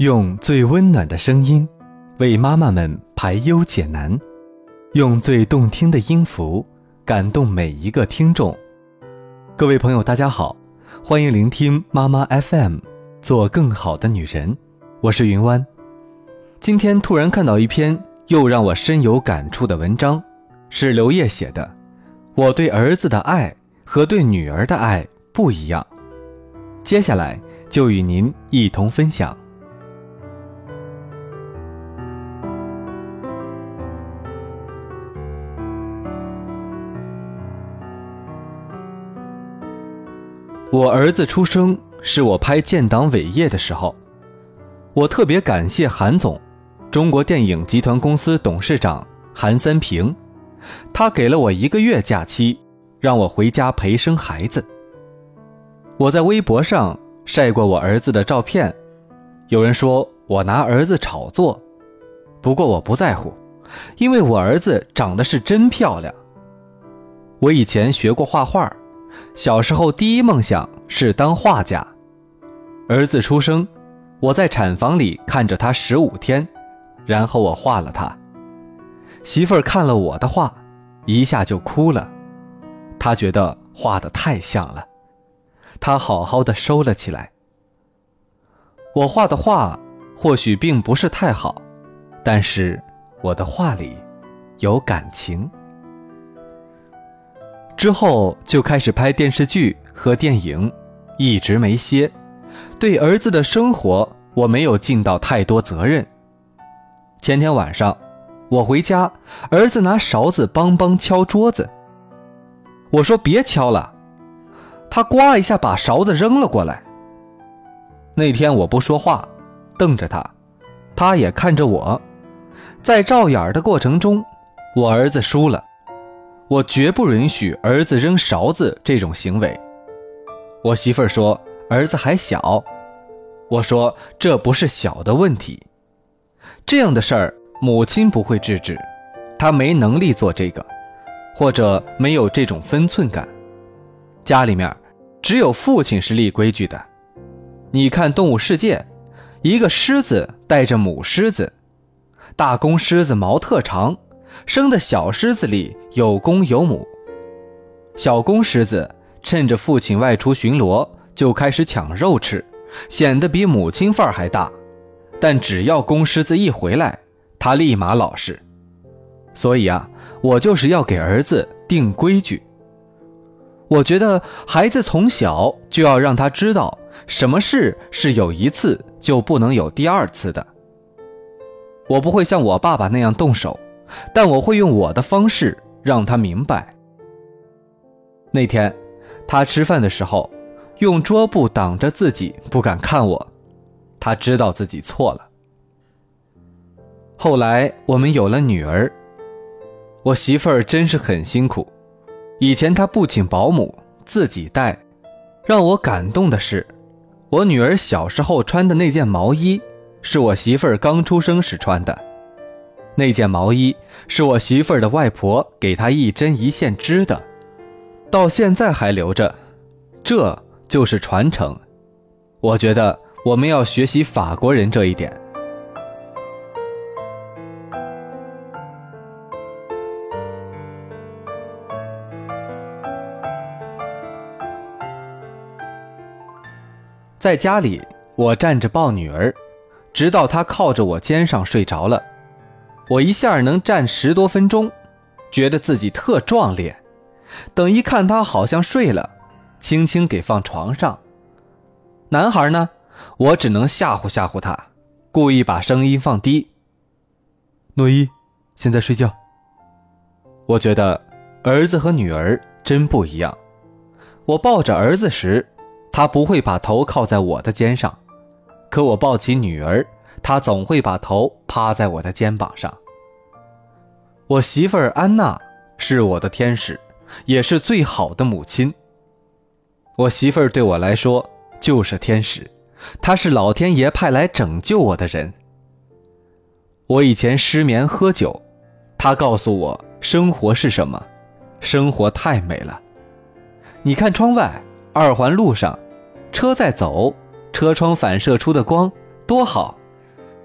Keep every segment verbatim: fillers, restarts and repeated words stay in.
用最温暖的声音为妈妈们排忧解难，用最动听的音符感动每一个听众。各位朋友大家好，欢迎聆听妈妈 F M， 做更好的女人，我是云湾。今天突然看到一篇又让我深有感触的文章，是刘烨写的，我对儿子的爱和对女儿的爱不一样。接下来就与您一同分享。我儿子出生是我拍建党伟业的时候，我特别感谢韩总，中国电影集团公司董事长韩三平，他给了我一个月假期，让我回家陪生孩子。我在微博上晒过我儿子的照片，有人说我拿儿子炒作，不过我不在乎，因为我儿子长得是真漂亮。我以前学过画画，小时候第一梦想是当画家。儿子出生，我在产房里看着他十五天，然后我画了他。媳妇儿看了我的画，一下就哭了，她觉得画得太像了，她好好的收了起来。我画的画或许并不是太好，但是我的画里有感情。之后就开始拍电视剧和电影，一直没歇。对儿子的生活我没有尽到太多责任。前天晚上我回家，儿子拿勺子梆梆敲桌子，我说别敲了，他呱一下把勺子扔了过来。那天我不说话，瞪着他，他也看着我。在照眼的过程中，我儿子输了，我绝不允许儿子扔勺子这种行为。我媳妇儿说儿子还小，我说这不是小的问题，这样的事儿母亲不会制止，她没能力做这个，或者没有这种分寸感。家里面只有父亲是立规矩的。你看动物世界，一个狮子带着母狮子，大公狮子毛特长，生的小狮子里有公有母。小公狮子趁着父亲外出巡逻就开始抢肉吃，显得比母亲范儿还大，但只要公狮子一回来，他立马老实。所以啊，我就是要给儿子定规矩。我觉得孩子从小就要让他知道什么事是有一次就不能有第二次的。我不会像我爸爸那样动手，但我会用我的方式让他明白。那天他吃饭的时候用桌布挡着自己不敢看我，他知道自己错了。后来我们有了女儿，我媳妇儿真是很辛苦，以前她不请保姆，自己带。让我感动的是，我女儿小时候穿的那件毛衣是我媳妇儿刚出生时穿的，那件毛衣是我媳妇儿的外婆给她一针一线织的，到现在还留着，这就是传承。我觉得我们要学习法国人这一点。在家里，我站着抱女儿，直到她靠着我肩上睡着了。我一下能站十多分钟，觉得自己特壮烈。等一看她好像睡了，轻轻给放床上。男孩呢，我只能吓唬吓唬他，故意把声音放低。诺伊，现在睡觉。我觉得儿子和女儿真不一样。我抱着儿子时，他不会把头靠在我的肩上，可我抱起女儿，他总会把头趴在我的肩膀上。我媳妇儿安娜是我的天使，也是最好的母亲。我媳妇儿对我来说就是天使，她是老天爷派来拯救我的人。我以前失眠喝酒，她告诉我生活是什么，生活太美了。你看窗外，二环路上，车在走，车窗反射出的光多好，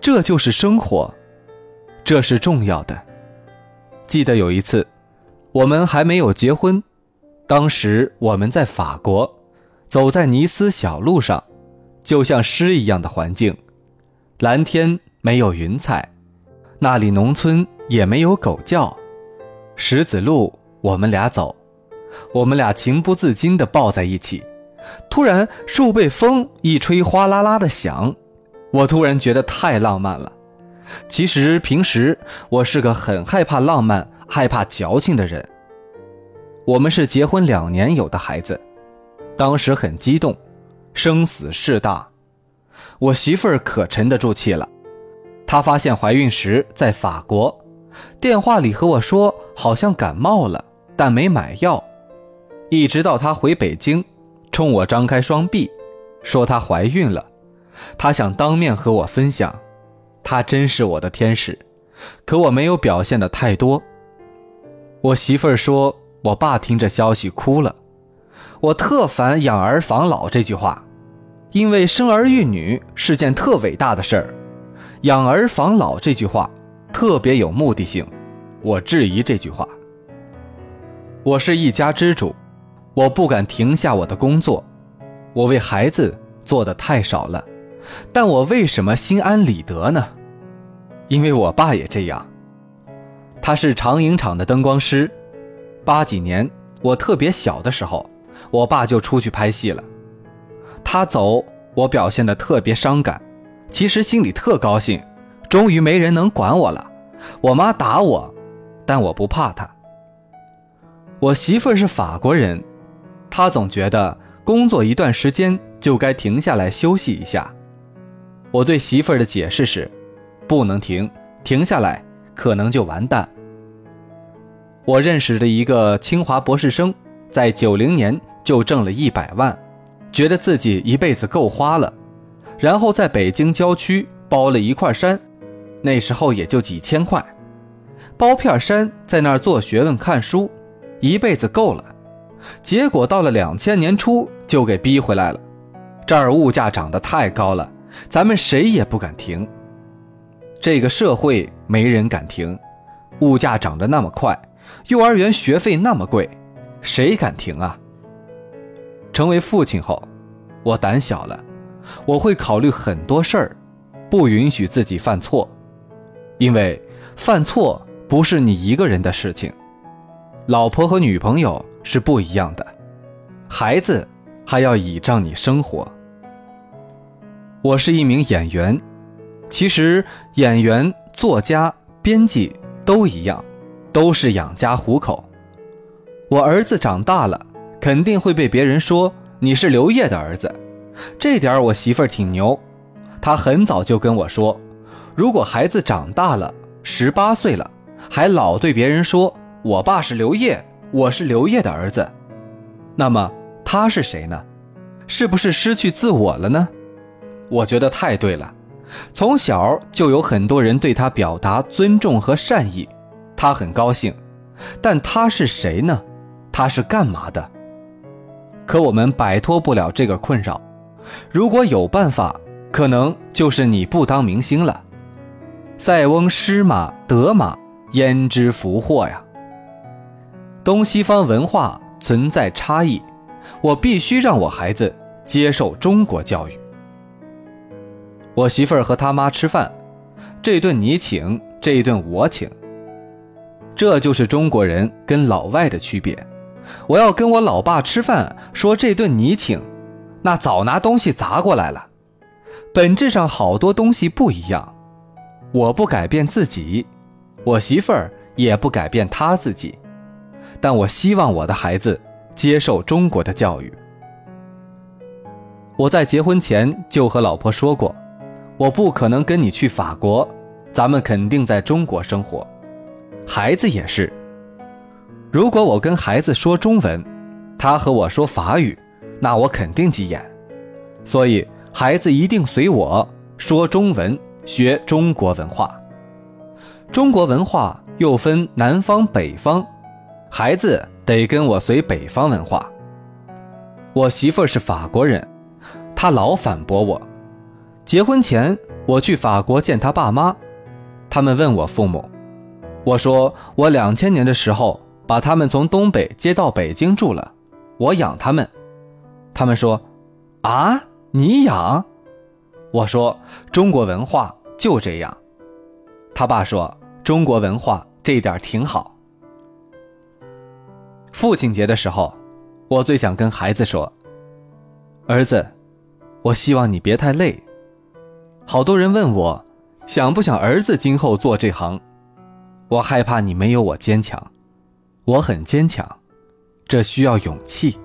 这就是生活，这是重要的。记得有一次，我们还没有结婚，当时我们在法国，走在尼斯小路上，就像诗一样的环境，蓝天没有云彩，那里农村也没有狗叫，石子路我们俩走，我们俩情不自禁地抱在一起，突然树被风一吹，哗啦啦的响，我突然觉得太浪漫了。其实平时我是个很害怕浪漫、害怕矫情的人。我们是结婚两年有的孩子，当时很激动，生死事大。我媳妇儿可沉得住气了，她发现怀孕时在法国，电话里和我说好像感冒了，但没买药。一直到她回北京，冲我张开双臂，说她怀孕了，她想当面和我分享。她真是我的天使，可我没有表现得太多。我媳妇儿说我爸听着消息哭了。我特烦养儿防老这句话，因为生儿育女是件特伟大的事儿，养儿防老这句话特别有目的性，我质疑这句话。我是一家之主，我不敢停下我的工作，我为孩子做得太少了，但我为什么心安理得呢？因为我爸也这样，他是长影厂的灯光师。八几年我特别小的时候，我爸就出去拍戏了。他走，我表现得特别伤感，其实心里特高兴，终于没人能管我了。我妈打我，但我不怕她。我媳妇儿是法国人，她总觉得工作一段时间就该停下来休息一下。我对媳妇儿的解释是，不能停，停下来可能就完蛋。我认识的一个清华博士生，在九零年就挣了一百万，觉得自己一辈子够花了，然后在北京郊区包了一块山，那时候也就几千块，包片山在那儿做学问看书，一辈子够了。结果到了两千年初就给逼回来了，这儿物价涨得太高了，咱们谁也不敢停。这个社会没人敢停，物价涨得那么快，幼儿园学费那么贵，谁敢停啊？成为父亲后，我胆小了，我会考虑很多事儿，不允许自己犯错，因为犯错不是你一个人的事情，老婆和女朋友是不一样的，孩子还要倚仗你生活。我是一名演员，其实演员、作家、编辑都一样，都是养家糊口。我儿子长大了，肯定会被别人说你是刘烨的儿子，这点我媳妇儿挺牛，她很早就跟我说，如果孩子长大了，十八岁了，还老对别人说我爸是刘烨，我是刘烨的儿子，那么他是谁呢？是不是失去自我了呢？我觉得太对了，从小就有很多人对他表达尊重和善意，他很高兴，但他是谁呢？他是干嘛的？可我们摆脱不了这个困扰，如果有办法，可能就是你不当明星了。塞翁失马得马，焉知福祸呀。东西方文化存在差异，我必须让我孩子接受中国教育。我媳妇儿和他妈吃饭，这顿你请，这顿我请，这就是中国人跟老外的区别。我要跟我老爸吃饭，说这顿你请，那早拿东西砸过来了。本质上好多东西不一样，我不改变自己，我媳妇儿也不改变她自己，但我希望我的孩子接受中国的教育。我在结婚前就和老婆说过，我不可能跟你去法国，咱们肯定在中国生活。孩子也是，如果我跟孩子说中文，他和我说法语，那我肯定急眼。所以孩子一定随我说中文，学中国文化。中国文化又分南方北方，孩子得跟我随北方文化。我媳妇儿是法国人，她老反驳我。结婚前我去法国见他爸妈，他们问我父母，我说我两千年的时候把他们从东北接到北京住了，我养他们。他们说，啊，你养？我说中国文化就这样。他爸说，中国文化这一点挺好。父亲节的时候，我最想跟孩子说，儿子，我希望你别太累。好多人问我，想不想儿子今后做这行？我害怕你没有我坚强。我很坚强，这需要勇气。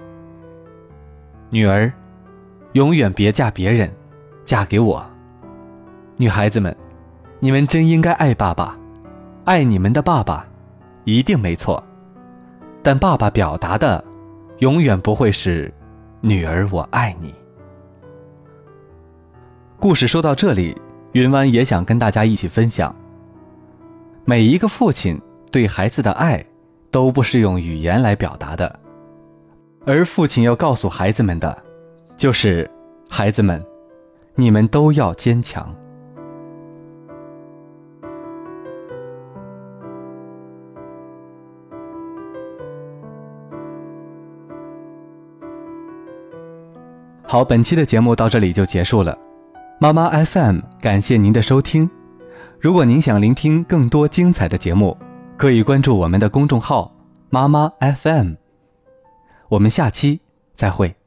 女儿，永远别嫁别人，嫁给我。女孩子们，你们真应该爱爸爸，爱你们的爸爸，一定没错。但爸爸表达的，永远不会是女儿我爱你。故事说到这里，云湾也想跟大家一起分享，每一个父亲对孩子的爱都不是用语言来表达的，而父亲要告诉孩子们的，就是孩子们，你们都要坚强。好，本期的节目到这里就结束了。妈妈 F M 感谢您的收听。如果您想聆听更多精彩的节目，可以关注我们的公众号妈妈 F M。我们下期再会。